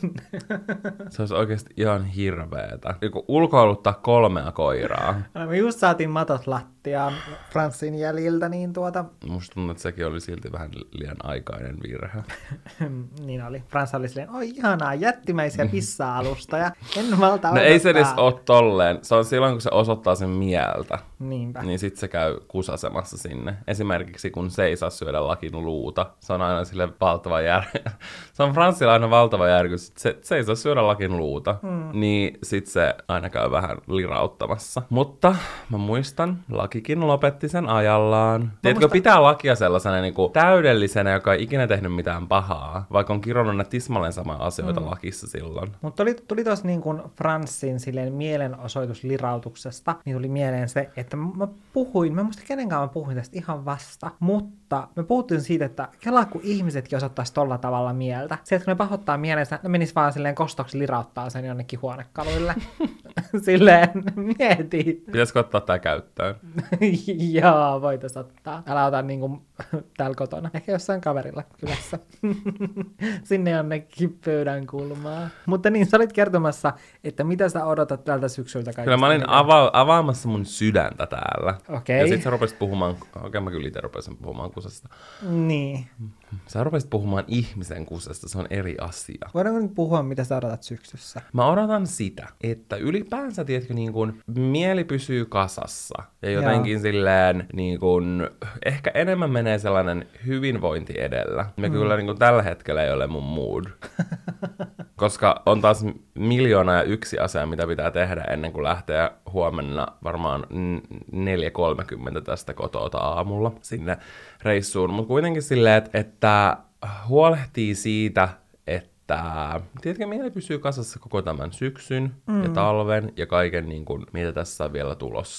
Se olisi oikeasti ihan hirveetä. Joku ulkoiluttaa 3 koiraa. Me just saatiin matot lattiaan Franssin jäljiltä, niin Musta tuntuu, että sekin oli silti vähän liian aikainen virhe. Niin oli. Frans oli silleen, oi ihanaa, jättimäisiä pissa-alustoja. En malta odottaa. No ei se edes ole tolleen. Se on silloin, kun se osoittaa sen mieltä. Niinpä. Niin sit se käy kusasemassa sinne. Esimerkiksi kun se ei saa syödä lakin luuta. Se on aina sille valtava se on Franssilla aina valtava järky. Se ei saa syödä lakin luuta. Niin sit se aina käy vähän lirauttamassa. Mutta mä muistan, lakikin lopetti sen ajallaan. Tiedätkö, pitää lakia sellaisena niin kuin täydellisenä, joka ei ikinä tehnyt mitään pahaa. Vaikka on kironnut ne tismalleen samaa asioita lakissa silloin. Mutta tuli tossa niin kuin Franssin silleen mielenosoitus lirautuksesta, niin tuli mieleen se, että mä muista kenenkaan mä puhuin tästä ihan vasta, mutta me puhuttiin siitä, että kelaa kun ihmisetkin osoittaisi tolla tavalla mieltä. Se, että kun ne pahoittaa mielensä, ne menis vaan silleen kostoksi lirauttaa sen jonnekin huonekaluille. Silleen, mieti. Pitäisikö ottaa tää käyttöön? Joo, voitais ottaa. Älä ota niinku täällä kotona. Ehkä jossain kaverilla kylässä. Sinne jonnekin pöydän kulmaa. Mutta niin, sä olit kertomassa, että mitä sä odotat tältä syksyltä kaikista. Kyllä mä olin avaamassa mun sydäntä täällä. Okei. Ja sit sä rupesit puhumaan, mä kyllä itse rupesin puhumaan kusesta. Niin. Sä rupesit puhumaan ihmisen kusesta, se on eri asia. Voidaanko nyt puhua, mitä sä odotat syksyssä? Mä odotan sitä, että ylipäänsä, tiedätkö, niin kun mieli pysyy kasassa. Ja jotenkin silleen, niin kun, ehkä enemmän menee sellainen hyvinvointi edellä. Ja kyllä niin kun tällä hetkellä ei ole mun mood. Koska on taas 1,000,001 asia, mitä pitää tehdä ennen kuin lähtee huomenna varmaan 4:30 tästä kotota aamulla sinne reissuun. Mutta kuitenkin silleen, että huolehtii siitä, että tiedätkö, mieli pysyy kasassa koko tämän syksyn ja talven ja kaiken, niin kuin, mitä tässä on vielä tulossa.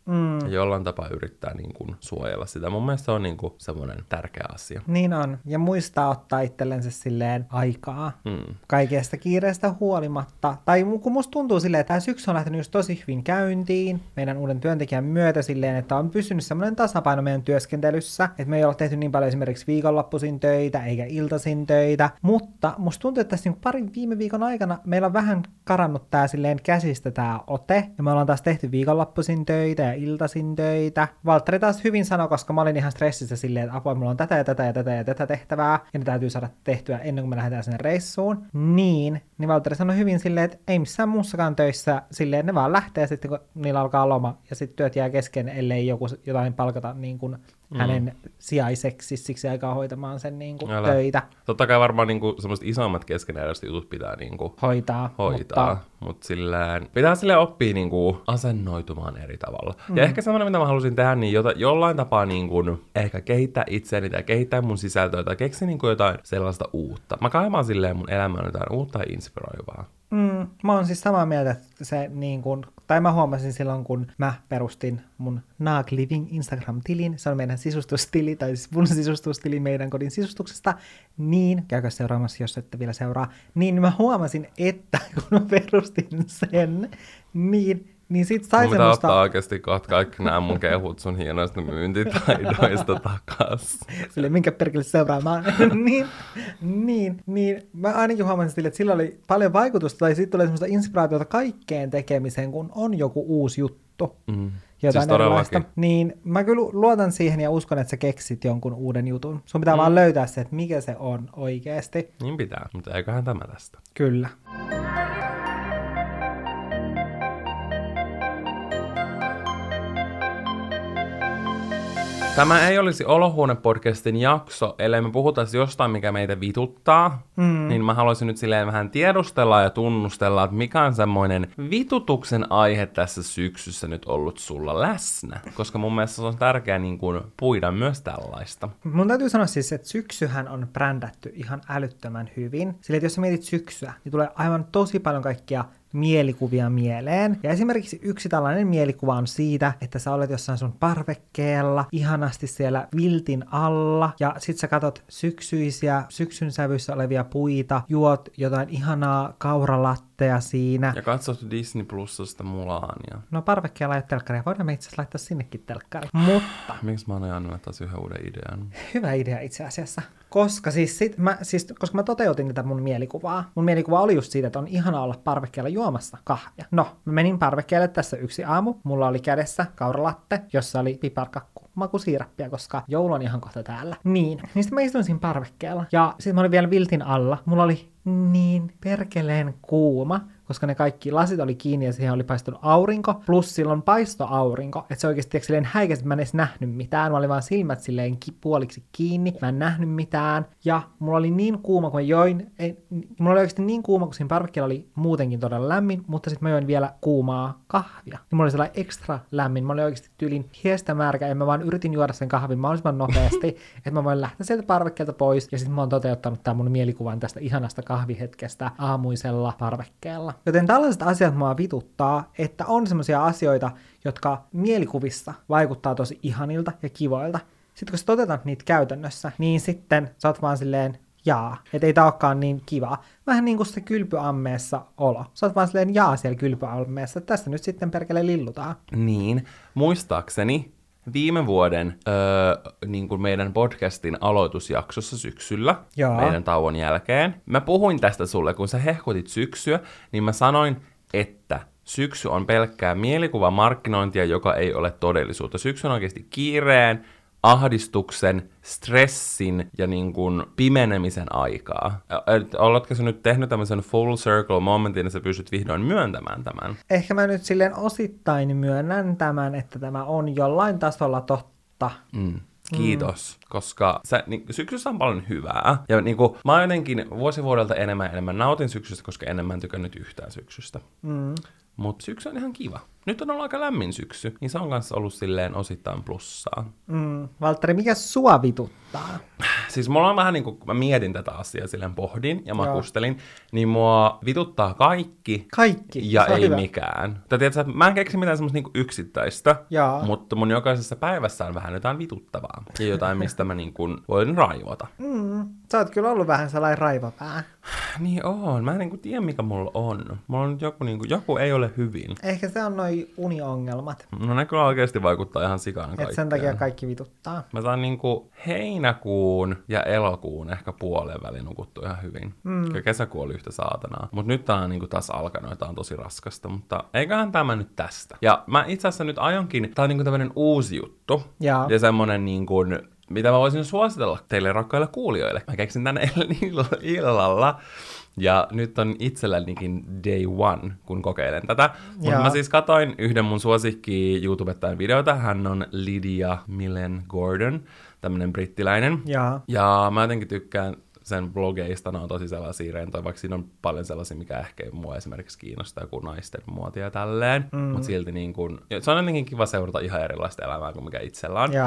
Ja jollain tapaa yrittää niin kuin suojella sitä. Mun mielestä se on niin kuin semmoinen tärkeä asia. Niin on. Ja muistaa ottaa itsellensä silleen aikaa. Kaikesta kiireestä huolimatta. Tai kun musta tuntuu silleen, että tämä syksy on lähtenyt just tosi hyvin käyntiin meidän uuden työntekijän myötä silleen, että on pysynyt semmoinen tasapaino meidän työskentelyssä. Että me ei olla tehty niin paljon esimerkiksi viikonloppuisin töitä eikä iltaisin töitä. Mutta musta tuntuu, että tässä niin parin viime viikon aikana meillä on vähän karannut tää silleen käsistä tää ote. Ja me ollaan taas tehty viikonloppuisin töitä ja iltaisin töitä. Valtteri taas hyvin sanoi, koska mä olin ihan stressissä silleen, että apua, mulla on tätä ja tätä ja tätä ja tätä tehtävää. Ja ne täytyy saada tehtyä ennen kuin me lähdetään sinne reissuun. Niin Valtteri sanoi hyvin silleen, että ei missään muussakaan töissä silleen, ne vaan lähtee sitten, kun niillä alkaa loma. Ja sitten työt jää kesken, ellei jotain palkata niin kuin hänen sijaiseksi siksi aikaa hoitamaan sen niin kuin töitä. Totta kai varmaan niin kuin semmoiset isommat keskeneräiset jutut pitää niin kuin hoitaa. Mutta silleen, pitää silleen oppia niin kuin asennoitumaan eri tavalla. Ja ehkä semmoinen, mitä mä halusin tehdä, niin jollain tapaa niin kuin ehkä kehittää itseäni tai kehittää mun sisältöä tai keksiä niin kuin jotain sellaista uutta. Mä kaipaan silleen mun elämään jotain uutta ja inspiroivaa. Mä oon siis samaa mieltä, että se niin kuin, tai mä huomasin silloin, kun mä perustin mun Naag Living Instagram-tilin, se on meidän sisustustili, tai siis mun sisustustili meidän kodin sisustuksesta, niin, käykö seuraamassa, jos ette vielä seuraa, niin mä huomasin, että kun mä perustin sen, niin sit sai semmoista... Mun ottaa oikeasti kaikki nämä mun kehut sun hienoista myyntitaidoista takas. Silleen, minkä perkele seuraamaan. niin. Mä ainakin huomasin sille, että sillä oli paljon vaikutusta, tai sitten tulee semmoista inspiraatiota kaikkeen tekemiseen, kun on joku uusi juttu. Jotain siis erilaista. Niin mä kyllä luotan siihen ja uskon, että sä keksit jonkun uuden jutun. Sun pitää vaan löytää se, että mikä se on oikeasti. Niin pitää, mutta eiköhän tämä tästä. Kyllä. Tämä ei olisi Olohuone-podcastin jakso, ellei me puhutaan jostain, mikä meitä vituttaa. Niin mä haluaisin nyt silleen vähän tiedustella ja tunnustella, että mikä on semmoinen vitutuksen aihe tässä syksyssä nyt ollut sulla läsnä. Koska mun mielestä se on tärkeää niin kuin puida myös tällaista. Mun täytyy sanoa siis, että syksyhän on brändätty ihan älyttömän hyvin. Sillä että jos sä mietit syksyä, niin tulee aivan tosi paljon kaikkia mielikuvia mieleen. Ja esimerkiksi yksi tällainen mielikuva on siitä, että sä olet jossain sun parvekkeella, ihanasti siellä viltin alla, ja sit sä katot syksyisiä, syksyn sävyissä olevia puita, juot jotain ihanaa kauralattea siinä. Ja katsot Disney Plusasta Mulania. No parvekkeella ei ole telkkaria, voidaan me itse asiassa laittaa sinnekin telkkari. Mutta... Miksi mä oon ajannut taas yhden uuden idean? Hyvä idea itse asiassa. Koska koska mä toteutin tätä mun mielikuvaa. Mun mielikuva oli just siitä, että on ihana olla parvekkeella juomassa kahvia. No, mä menin parvekkeelle tässä yksi aamu. Mulla oli kädessä kauralatte, jossa oli piparkakku, makusiirappia, koska joulu on ihan kohta täällä. Niin sitten mä istuin siinä parvekkeella. Ja sitten mä olin vielä viltin alla. Mulla oli niin perkeleen kuuma, koska ne kaikki lasit oli kiinni ja siihen oli paistunut aurinko, plus silloin paisto aurinko, että se oikeasti silleen häikäsi, että mä en edes nähnyt mitään, mä olin vaan silmät silleen puoliksi kiinni, mä en nähnyt mitään, ja mulla oli niin kuuma, kun mä join, mulla oli oikeasti niin kuuma, kun siinä parvekkeella oli muutenkin todella lämmin, mutta sitten mä join vielä kuumaa kahvia, niin mulla oli sellainen ekstra lämmin, mä olin oikeasti tyylin hiestä märkä, ja mä vaan yritin juoda sen kahvin mahdollisimman nopeasti, että mä voin lähteä sieltä parvekkeelta pois, ja sitten mä oon toteuttanut tämän mun mielikuvan tästä ihanasta kahvihetkestä aamuisella parvekkeella. Joten tällaiset asiat mua vituttaa, että on semmoisia asioita, jotka mielikuvissa vaikuttaa tosi ihanilta ja kivoilta. Sitten kun sä toteutat niitä käytännössä, niin sitten sä oot vaan silleen, että ei tää olekaan niin kivaa. Vähän niin kuin se kylpyammeessa olo. Sä oot vaan silleen siellä kylpyammeessa, että tässä nyt sitten perkele lillutaan. Niin, muistaakseni viime vuoden niin kuin meidän podcastin aloitusjaksossa syksyllä, meidän tauon jälkeen, mä puhuin tästä sulle, kun sä hehkutit syksyä, niin mä sanoin, että syksy on pelkkää mielikuvamarkkinointia, joka ei ole todellisuutta. Syksy on oikeasti kiireen, ahdistuksen, stressin ja niin kuin pimenemisen aikaa. Oletko sä nyt tehnyt tämmöisen full circle momentin, ja sä pystyt vihdoin myöntämään tämän? Ehkä mä nyt silleen osittain myönnän tämän, että tämä on jollain tasolla totta. Kiitos, koska syksyssä on paljon hyvää. Ja mä oon jotenkin vuodelta enemmän nautin syksystä, koska enemmän tykännyt yhtään syksystä. Mutta syksy on ihan kiva. nyt on ollut aika lämmin syksy, niin se on kanssa ollut silleen osittain plussaa. Valtteri, mikä sua vituttaa? Siis mulla on vähän niin kuin, mä mietin tätä asiaa, silleen pohdin ja makustelin, niin mua vituttaa kaikki. Kaikki, ja se on ei hyvä. mikään. Tai tiedätkö, mä en keksi mitään semmoista niinku yksittäistä, Jaa. mutta mun jokaisessa päivässä on vähän jotain vituttavaa. Ja jotain, mistä mä niinku voin raivota. Sä oot kyllä ollut vähän sellainen raivapää. Niin on. Mä en niinku tiedä, mikä mulla on. Mulla on nyt joku ei ole hyvin. Ehkä se on noi uniongelmat. No ne kyllä oikeasti vaikuttaa ihan sikana kaikkeen. Et sen takia kaikki vituttaa. Mä saan niinku heinäkuun ja elokuun ehkä puolen välin nukuttu ihan hyvin. Ja kesäkuu oli yhtä saatanaa. Mut nyt tää on niinku taas alkanut ja tää on tosi raskasta. Mutta eiköhän tämä nyt tästä. Ja mä itse asiassa nyt aionkin, tää on niinku tämmönen uusi juttu. Jaa. Ja semmonen niinku, mitä mä voisin suositella teille rakkaille kuulijoille. Mä keksin tänne eilen illalla. Ja nyt on itsellänikin day one, kun kokeilen tätä. Mutta mä siis katoin yhden mun suosikki YouTubettajan videota. Hän on Lydia Millen Gordon, tämmönen brittiläinen. Ja mä jotenkin tykkään sen blogeista, ne on tosi sellaisia rentoja, vaikka siinä on paljon sellaisia, mikä ehkä mua esimerkiksi kiinnostaa, kuin naisten muotia ja tälleen. Mutta silti niin kun, se on jotenkin kiva seurata ihan erilaista elämää kuin mikä itsellä on.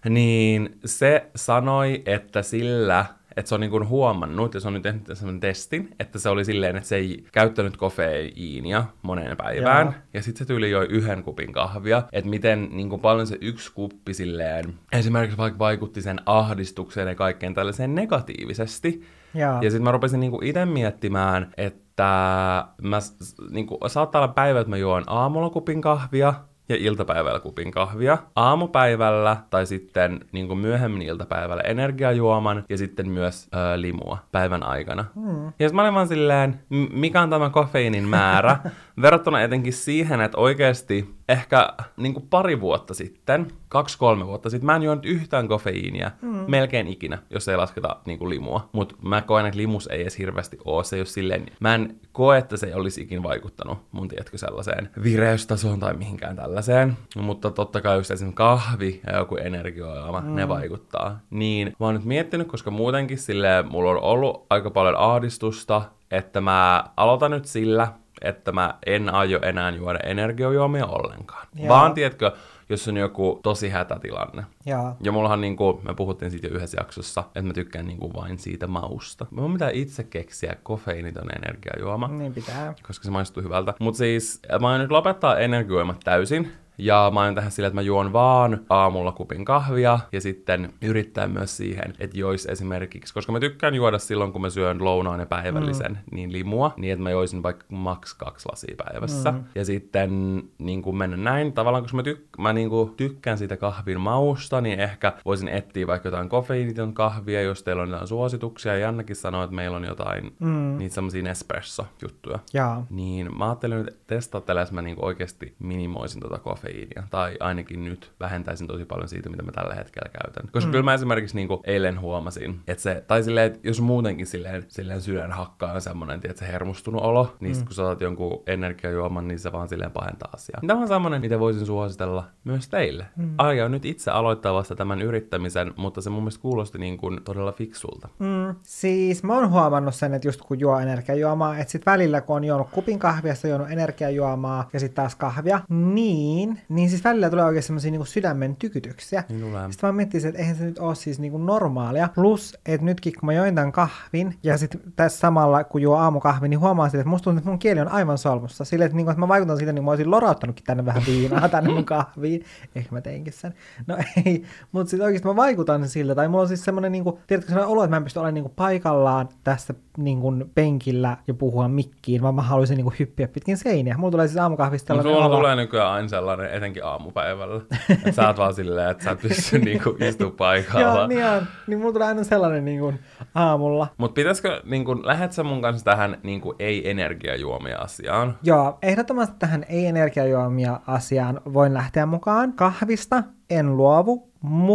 Niin se sanoi, että sillä, että se on niin kuin huomannut, ja se on nyt tehnyt sellainen testin, että se oli silleen, että se ei käyttänyt kofeiinia moneen päivään, ja sitten se tyyli joi 1 kupin kahvia, että miten niin kuin paljon se 1 kuppi silleen, esimerkiksi vaikka vaikutti sen ahdistukseen ja kaikkeen tällaiseen negatiivisesti. Ja sitten mä rupesin niin kuin itse miettimään, että mä, niin kuin, saattaa olla päivä, että mä juon aamulla kupin kahvia, ja iltapäivällä kupin kahvia, aamupäivällä tai sitten niin kuin myöhemmin iltapäivällä energiajuoman ja sitten myös limua päivän aikana. Ja sitten mä olin vaan silleen, mikä on tämä kofeiinin määrä, verrattuna etenkin siihen, että oikeasti ehkä niin kuin 2 vuotta sitten, 2-3 vuotta sitten, mä en juonut yhtään kofeiinia melkein ikinä, jos ei lasketa niin kuin limua. Mutta mä koen, että limus ei edes hirveästi ole. Se ei ole silleen, mä en koe, että se olisi ikin vaikuttanut mun tiedätkö sellaiseen vireystasoon tai mihinkään tällaiseen. Mutta totta kai just esimerkiksi kahvi ja joku energiajuoma, ne vaikuttaa. Niin mä oon nyt miettinyt, koska muutenkin silleen mulla on ollut aika paljon ahdistusta, että mä aloitan nyt sillä, että mä en aio enää juoda energiajuomia ollenkaan. Vaan tiedätkö, jos on joku tosi hätätilanne. Ja mullahan niinku, me puhuttiin siitä jo yhdessä jaksossa, että mä tykkään niinku vain siitä mausta. Mä voin mitään itse keksiä kofeiiniton energiajuoma. Niin pitää. Koska se maistuu hyvältä. Mut siis mä aion nyt lopettaa energiajuomat täysin. Ja mä aion tehdä sillä, että mä juon vaan aamulla kupin kahvia ja sitten yrittää myös siihen, että jois esimerkiksi, koska mä tykkään juoda silloin, kun mä syön lounaan ja päivällisen, niin limua, niin että mä joisin vaikka maks 2 lasia päivässä. Ja sitten niin kuin mennä näin, tavallaan koska mä niin kuin tykkään siitä kahvin mausta, niin ehkä voisin etsiä vaikka jotain kofeiiniton kahvia, jos teillä on jotain suosituksia. Ja Jannakin sanoi, että meillä on jotain niitä semmosia Nespresso-juttuja. Niin mä ajattelin nyt testattelemaan, että mä niin kuin oikeasti minimoisin tota kofeiinia. Tai ainakin nyt vähentäisin tosi paljon siitä, mitä mä tällä hetkellä käytän. Koska kyllä mä esimerkiksi niinku eilen huomasin, että se, tai silleen, että jos muutenkin silleen sydän hakkaa on semmonen, että se hermostunut olo, niin sit kun sä otat jonkun energiajuoman, niin se vaan silleen pahentaa asiaa. Tämä on semmonen, mitä voisin suositella myös teille. Aion nyt itse aloittaa vasta tämän yrittämisen, mutta se mun mielestä kuulosti niin kuin todella fiksulta. Siis mä oon huomannut sen, että just kun juo energiajuomaa, että sit välillä kun on juonut kupin kahvia, sitten on juonut energiajuomaa ja sitten taas kahvia, niin siis välillä tulee oikein semmosia niinku sydämen tykytyksiä. Sitten mä miettisin, että eihän se nyt ole siis niinku normaalia. Plus, että nytkin kun mä join tämän kahvin, ja sitten tässä samalla kun juo aamukahvin, niin huomaan sitten, että musta tuntuu, että mun kieli on aivan solmussa. Silleen, että, niinku, että mä vaikutan siitä, niin mä olisin lorauttanutkin tänne vähän viinaa tänne mun kahviin. Ehkä mä teinkin sen. No ei, mutta sitten oikeasti mä vaikutan siltä. Tai mulla on siis semmoinen, niinku, tiedätkö sellainen olo, että mä en pysty olemaan niinku paikallaan tässä niinku penkillä ja puhua mikkiin, vaan mä haluaisin niinku hyppiä pitkin seiniä. Mulla tulee siis aamukahvista tällainen olo. Tulee nykyään aina sellainen, etenkin aamupäivällä. Että sä oot vaan silleen, että sä et pysty niinku istua paikalla. Joo, niin on. Niin mulla tulee aina sellainen niinku aamulla. Mut pitäisikö, niinku, lähet sä mun kanssa tähän niinku ei-energiajuomia asiaan? Joo, ehdottomasti tähän ei-energiajuomia asiaan voin lähteä mukaan. Kahvista en luovu, mutta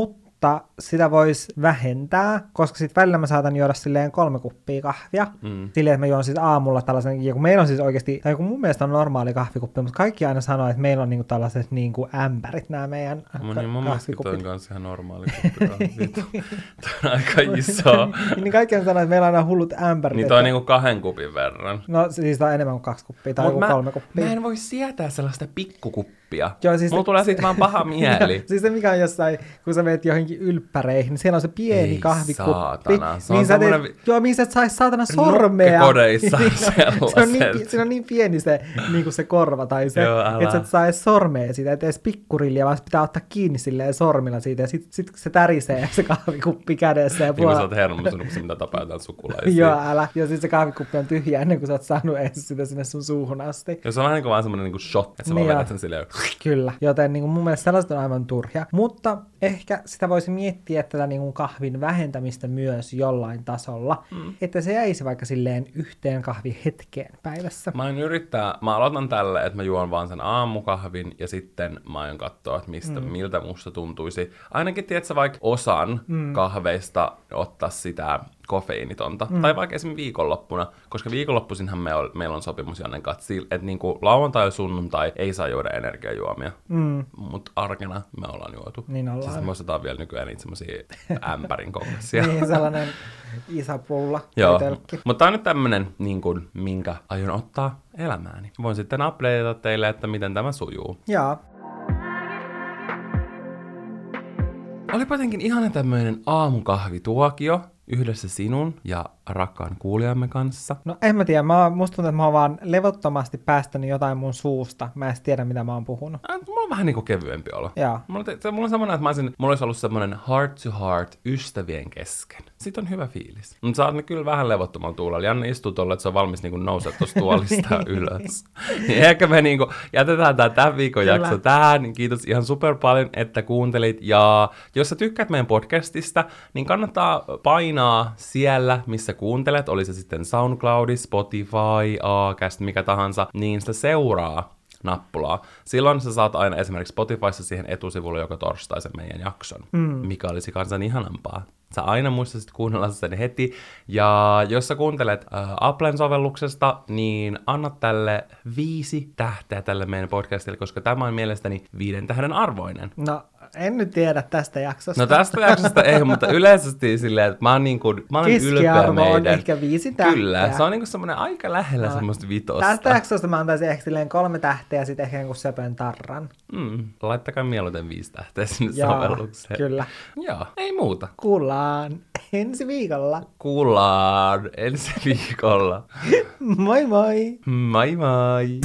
mutta sitä voisi vähentää, koska sitten välillä mä saatan juoda silleen 3 kuppia kahvia. Silleen, että mä juon siis aamulla tällaisen, ja kun meillä on siis oikeasti, tai kun mun mielestä on normaali kahvikuppi, mutta kaikki aina sanoo, että meillä on niinku tällaiset niinku ämpärit nämä meidän mun mielestä toi on kanssa ihan normaali kuppi kahvia. Toi on aika iso. Niin kaikki sanoo, että meillä on aina hullut ämpärit. Niin toi on niinku 2 kupin verran. No siis toi on enemmän kuin 2 kuppia tai joku 3 kuppia. Mä en voi sietää sellaista pikkukuppia. Joo, siis mulla tulee siitä vaan paha mieli. Siis se mikä on jossain, kun sä menet johonkin ylppäreihin, niin siellä on se pieni kahvikuppi. Saatana. Se niin on semmoinen... Joo, mihin sä et saisi saatana sormea. Nokkekodeissa sellaiset. Se on niin pieni se, niin se korva tai se, että sä et saa edes sormea siitä, et edes pikkurillia, vaan pitää ottaa kiinni silleen sormilla siitä, ja sit se tärisee se kahvikuppi kädessä. Ja niin kuin sä oot hermostunut, kun se mitä tapaa jotain sukulaisia. Joo, älä. Ja sit se kahvikuppi on tyhjä ennen kuin sä oot saanut edes sitä sinne sun suuhun asti. Ja se on vähän niin kuin vaan semmoinen niin kuin shot, että sä vaan vedät sen silleen. Kyllä, joten niin kuin mun mielestä sellaiset on aivan turhia. Mutta ehkä sitä voisi miettiä tätä niin kuin kahvin vähentämistä myös jollain tasolla, että se jäisi vaikka silleen 1 kahvihetkeen päivässä. Mä aloitan tälle, että mä juon vaan sen aamukahvin ja sitten mä aion katsoa, että miltä musta tuntuisi. Ainakin tiedätkö vaikka osan kahveista ottaa sitä kofeiinitonta. Tai vaikka esimerkiksi viikonloppuna, koska viikonloppuisinhan meillä on sopimus Jannen kanssa, että niinku lauantai ja sunnuntai ei saa juoda energiajuomia. Mutta arkena me ollaan juotu. Niin ollaan. Siis me ostetaan vielä nykyään niitä semmosia ämpärin kokoisia. Niin, sellainen iso pulla. Joo, mutta tää on nyt tämmönen, niin kuin, minkä aion ottaa elämääni. Voin sitten updateata teille, että miten tämä sujuu. Joo. Olipa jotenkin ihana tämmöinen aamukahvituokio yhdessä sinun ja rakkaan kuulijamme kanssa. No en mä tiedä, musta tuntuu, että mä oon vaan levottomasti päästänyt jotain mun suusta. Mä en tiedä, mitä mä oon puhunut. Mulla on vähän niinku kevyempi olo. Joo. Mulla on semmoinen, että mulla olisi ollut semmoinen heart to heart ystävien kesken. Sitten on hyvä fiilis. Mutta sä oot kyllä vähän levottomalla tuulella. Janne istuu tolle, että se on valmis niinku nousee tuosta tuolista ylös. Niin ehkä me niinku jätetään tämän viikon jakso tähän. Niin kiitos ihan super paljon, että kuuntelit. Ja jos sä tykkäät meidän podcastista, niin kannattaa painaa siellä, missä kuuntelet. Oli se sitten SoundCloud, Spotify, Acast, mikä tahansa. Niin sitä seuraa nappulaa. Silloin sä saat aina esimerkiksi Spotifyssa siihen etusivulle joka torstai sen meidän jakson, mikä olisi kansan ihanampaa. Sä aina muistaisit kuunnella sen heti. Ja jos sä kuuntelet Applen sovelluksesta, niin anna tälle 5 tähteä tälle meidän podcastille, koska tämä on mielestäni 5 tähden arvoinen. No, en nyt tiedä tästä jaksosta. No tästä jaksosta ei, mutta yleisesti silleen, että mä oon ylpeä meidän. On ehkä 5 tähteä. Kyllä, se on niinku semmoinen aika lähellä semmoista 5. Tästä jaksosta mä antaisin ehkä silleen 3 tähteä ja sitten ehkä jonkun söpön tarran. Laittakaa mieluiten 5 tähteä sinne sovellukseen. Kyllä. Joo, ei muuta. Kuullaan ensi viikolla. Kuullaan ensi viikolla. Moi moi! Moi moi!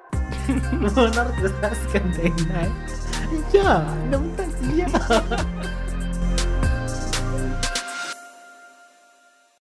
Mä oon tarkoitus äsken tein näin. Jaa, no mutta jaa.